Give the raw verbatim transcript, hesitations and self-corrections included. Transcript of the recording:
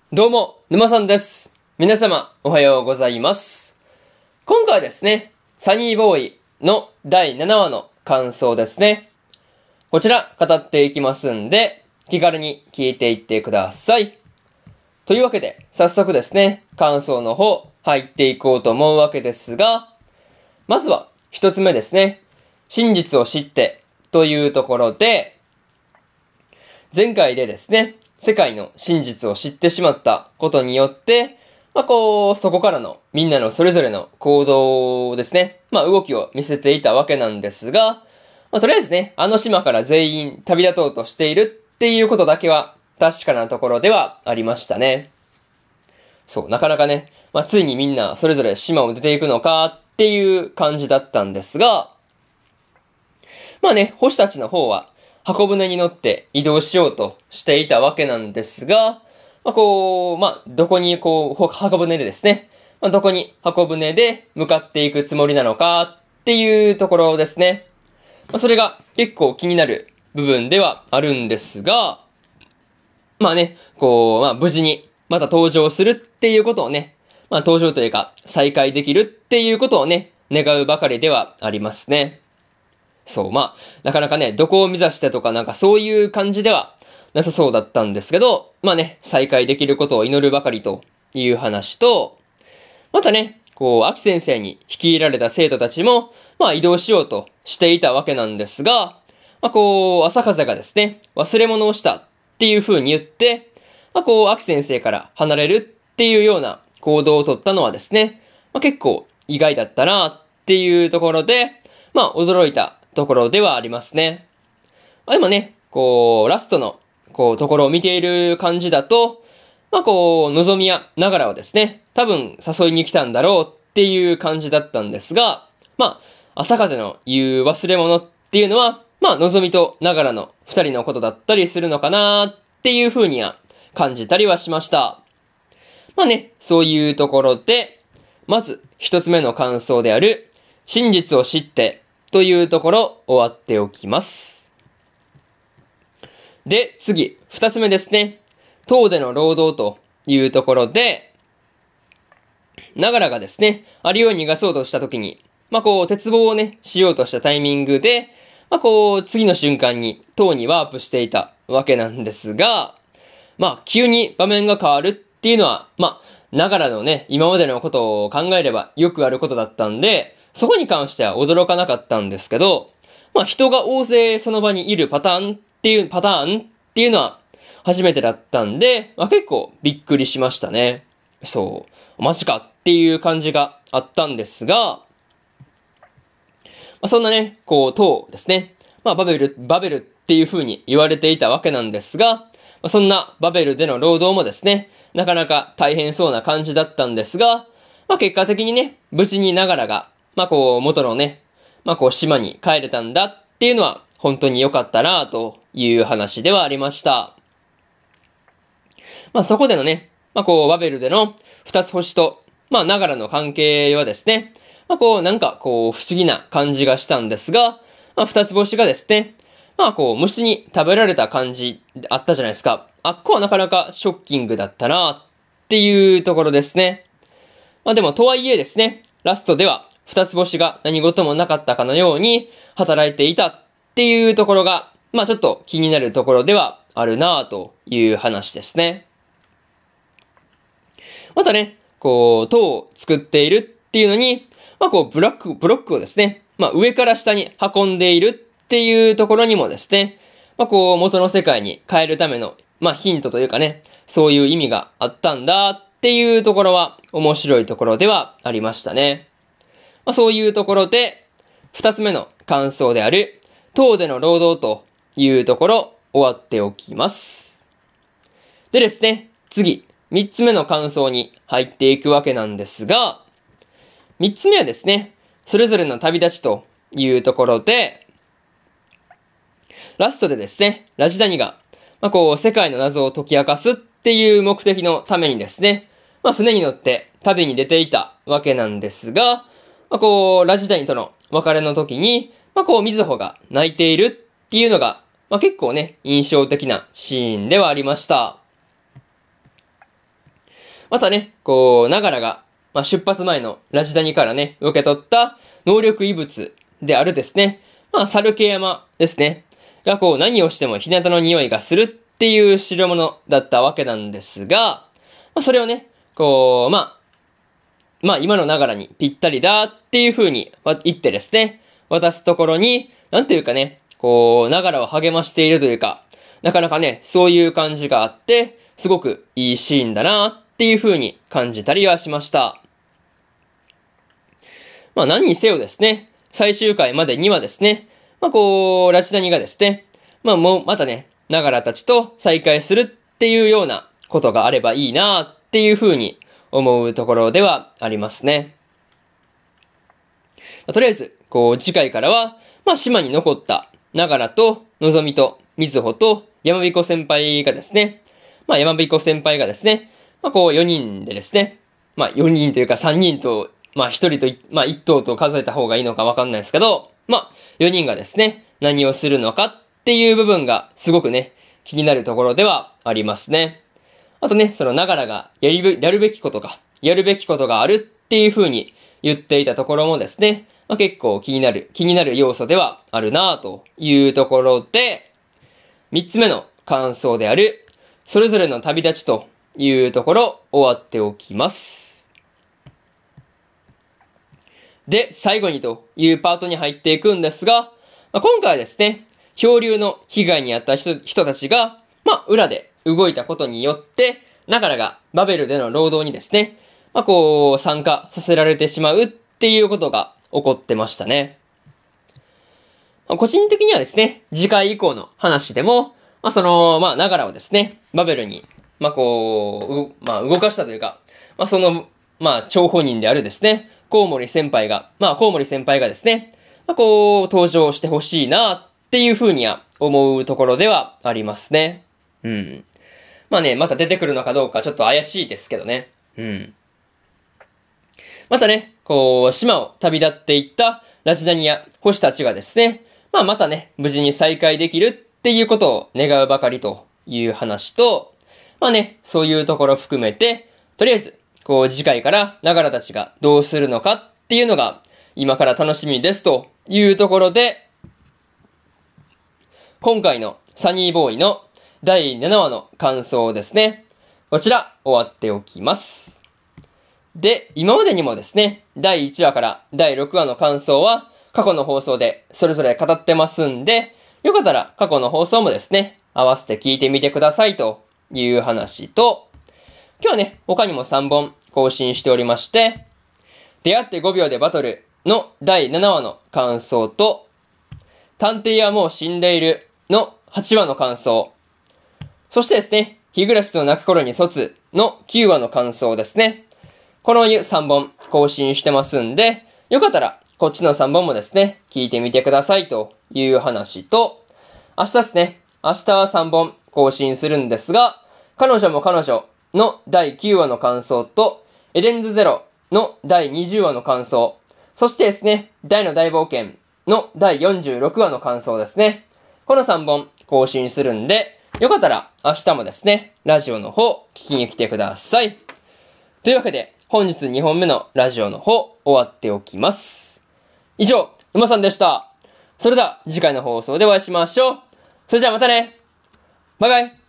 どうも、沼さんです。皆様、おはようございます。今回はですね、サニーボーイのだいななわの感想ですね。こちら、語っていきますんで、気軽に聞いていってください。というわけで、早速ですね、感想の方、入っていこうと思うわけですが、まずは、一つ目ですね、真実を知って、というところで、前回でですね、世界の真実を知ってしまったことによって、まあこう、そこからのみんなのそれぞれの行動ですね、まあ動きを見せていたわけなんですが、まあとりあえずね、あの島から全員旅立とうとしているっていうことだけは確かなところではありましたね。そう、なかなかね、まあついにみんなそれぞれ島を出ていくのかっていう感じだったんですが、まあね、星たちの方は、箱舟に乗って移動しようとしていたわけなんですが、まあ、こう、まあ、どこにこう、箱舟でですね、まあ、どこに箱舟で向かっていくつもりなのかっていうところですね。まあ、それが結構気になる部分ではあるんですが、まあね、こう、まあ無事にまた登場するっていうことをね、まあ登場というか再会できるっていうことをね、願うばかりではありますね。そう、まあ、なかなかね、どこを目指してとかなんかそういう感じではなさそうだったんですけど、まあね、再会できることを祈るばかりという話と、またね、こう、秋先生に率いられた生徒たちも、まあ移動しようとしていたわけなんですが、まあこう、朝風がですね、忘れ物をしたっていう風に言って、まあこう、秋先生から離れるっていうような行動をとったのはですね、まあ結構意外だったなっていうところで、まあ驚いたところではありますね。まあでもね、こう、ラストの、こう、ところを見ている感じだと、まあこう、のぞみやながらをですね、多分誘いに来たんだろうっていう感じだったんですが、まあ、朝風の言う忘れ物っていうのは、まあ、のぞみとながらの二人のことだったりするのかなっていう風には感じたりはしました。まあね、そういうところで、まず一つ目の感想である、真実を知ってというところ終わっておきます。で、次、二つ目ですね。塔での労働というところで、ながらがですね、アリを逃がそうとした時に、まあ、こう、鉄棒をね、しようとしたタイミングで、まあ、こう、次の瞬間に塔にワープしていたわけなんですが、まあ、急に場面が変わるっていうのは、まあ、ながらのね、今までのことを考えればよくあることだったんで、そこに関しては驚かなかったんですけど、まあ、人が大勢その場にいるパターンっていう、パターンっていうのは初めてだったんで、まあ、結構びっくりしましたね。そう。マジかっていう感じがあったんですが、まあ、そんなね、こう、塔ですね。まあ、バベル、バベルっていう風に言われていたわけなんですが、まあ、そんなバベルでの労働もですね、なかなか大変そうな感じだったんですが、まあ、結果的にね、無事にながらが、まあ、こう、元のね、まあ、こう、島に帰れたんだっていうのは、本当に良かったなという話ではありました。まあ、そこでのね、まあ、こう、バベルでの二つ星と、まあ、ながらの関係はですね、まあ、こう、なんか、こう、不思議な感じがしたんですが、まあ、二つ星がですね、まあ、こう、虫に食べられた感じあったじゃないですか。あっこはなかなかショッキングだったなっていうところですね。まあ、でも、とはいえですね、ラストでは、二つ星が何事もなかったかのように働いていたっていうところが、まあ、ちょっと気になるところではあるなという話ですね。またね、こう、塔を作っているっていうのに、まあこう、ブロック、ブロックをですね、まあ上から下に運んでいるっていうところにもですね、まあこう、元の世界に変えるための、まあヒントというかね、そういう意味があったんだっていうところは面白いところではありましたね。まあそういうところで、二つ目の感想である、塔での労働というところ終わっておきます。でですね、次、三つ目の感想に入っていくわけなんですが、三つ目はですね、それぞれの旅立ちというところで、ラストでですね、ラジダニが、まあ、こう、世界の謎を解き明かすっていう目的のためにですね、まあ、船に乗って旅に出ていたわけなんですが、まあ、こう、ラジダニとの別れの時に、まあ、こう、みずほが泣いているっていうのが、まあ、結構ね、印象的なシーンではありました。 またね、こう、ながらが、まあ、出発前のラジダニからね、受け取った能力異物であるですね、まあ、サルケ山ですね、がこう、何をしても日向の匂いがするっていう代物だったわけなんですが、まあ、それをね、こう、まあ、まあ、今のながらにぴったりだっていう風に言ってですね、渡すところに、なんていうかね、こう、ながらを励ましているというか、なかなかね、そういう感じがあって、すごくいいシーンだなっていう風に感じたりはしました。まあ何にせよですね、最終回までにはですね、まあこう、ラチダニがですね、まあもうまたね、ながらたちと再会するっていうようなことがあればいいなっていう風に思うところではありますね。まあ、とりあえず、こう次回からは、まあ島に残ったながらとのぞみとみずほと山彦先輩がですね、まあ山彦先輩がですね、まあこうよにんでですね、まあよにんというかさんにんと、まあひとりと、まあいっ頭と数えた方がいいのかわかんないですけど、まあよにんがですね、何をするのかっていう部分がすごくね、気になるところではありますね。あとね、そのながらがやり、やるべきことが、やるべきことがあるっていう風に言っていたところもですね、まあ、結構気になる、気になる要素ではあるなぁというところで、三つ目の感想である、それぞれの旅立ちというところ終わっておきます。で、最後にというパートに入っていくんですが、まあ、今回はですね、漂流の被害に遭った人、人たちが、まあ、裏で動いたことによって、ながらがバベルでの労働にですね、まあ、こう、参加させられてしまうっていうことが起こってましたね。まあ、個人的にはですね、次回以降の話でも、まあ、その、まあ、ながらをですね、バベルに、まあ、こう、まあ、動かしたというか、まあ、その、まあ、張本人であるですね、コウモリ先輩が、まあ、コウモリ先輩がですね、まあ、こう、登場してほしいなっていうふうには思うところではありますね。うん。まあね、また出てくるのかどうかちょっと怪しいですけどね。うん。またね、こう、島を旅立っていったラジダニや星たちがですね、まあまたね、無事に再会できるっていうことを願うばかりという話と、まあね、そういうところ含めて、とりあえず、こう次回からながらたちがどうするのかっていうのが今から楽しみですというところで、今回のサニーボーイのだいななわの感想ですね。こちら終わっておきます。で、今までにもですね、だいいちわからだいろくわの感想は過去の放送でそれぞれ語ってますんで、よかったら過去の放送もですね、合わせて聞いてみてくださいという話と、今日はね、他にもさんぼん更新しておりまして、出会ってごびょうでバトルのだいななわの感想と、探偵はもう死んでいるのはちわの感想、そしてですね、日暮らしと泣く頃に卒のきゅうわの感想ですね。このさんぼん更新してますんで、よかったらこっちのさんぼんもですね、聞いてみてくださいという話と、明日ですね、明日はさんぼん更新するんですが、彼女も彼女のだいきゅうわの感想と、エデンズゼロのだいにじゅうわの感想、そしてですね、大の大冒険のだいよんじゅうろくわの感想ですね。このさんぼん更新するんで、よかったら明日もですね、ラジオの方聞きに来てください。というわけで、本日にほんめのラジオの方終わっておきます。以上、馬さんでした。それでは次回の放送でお会いしましょう。それじゃあまたね。バイバイ。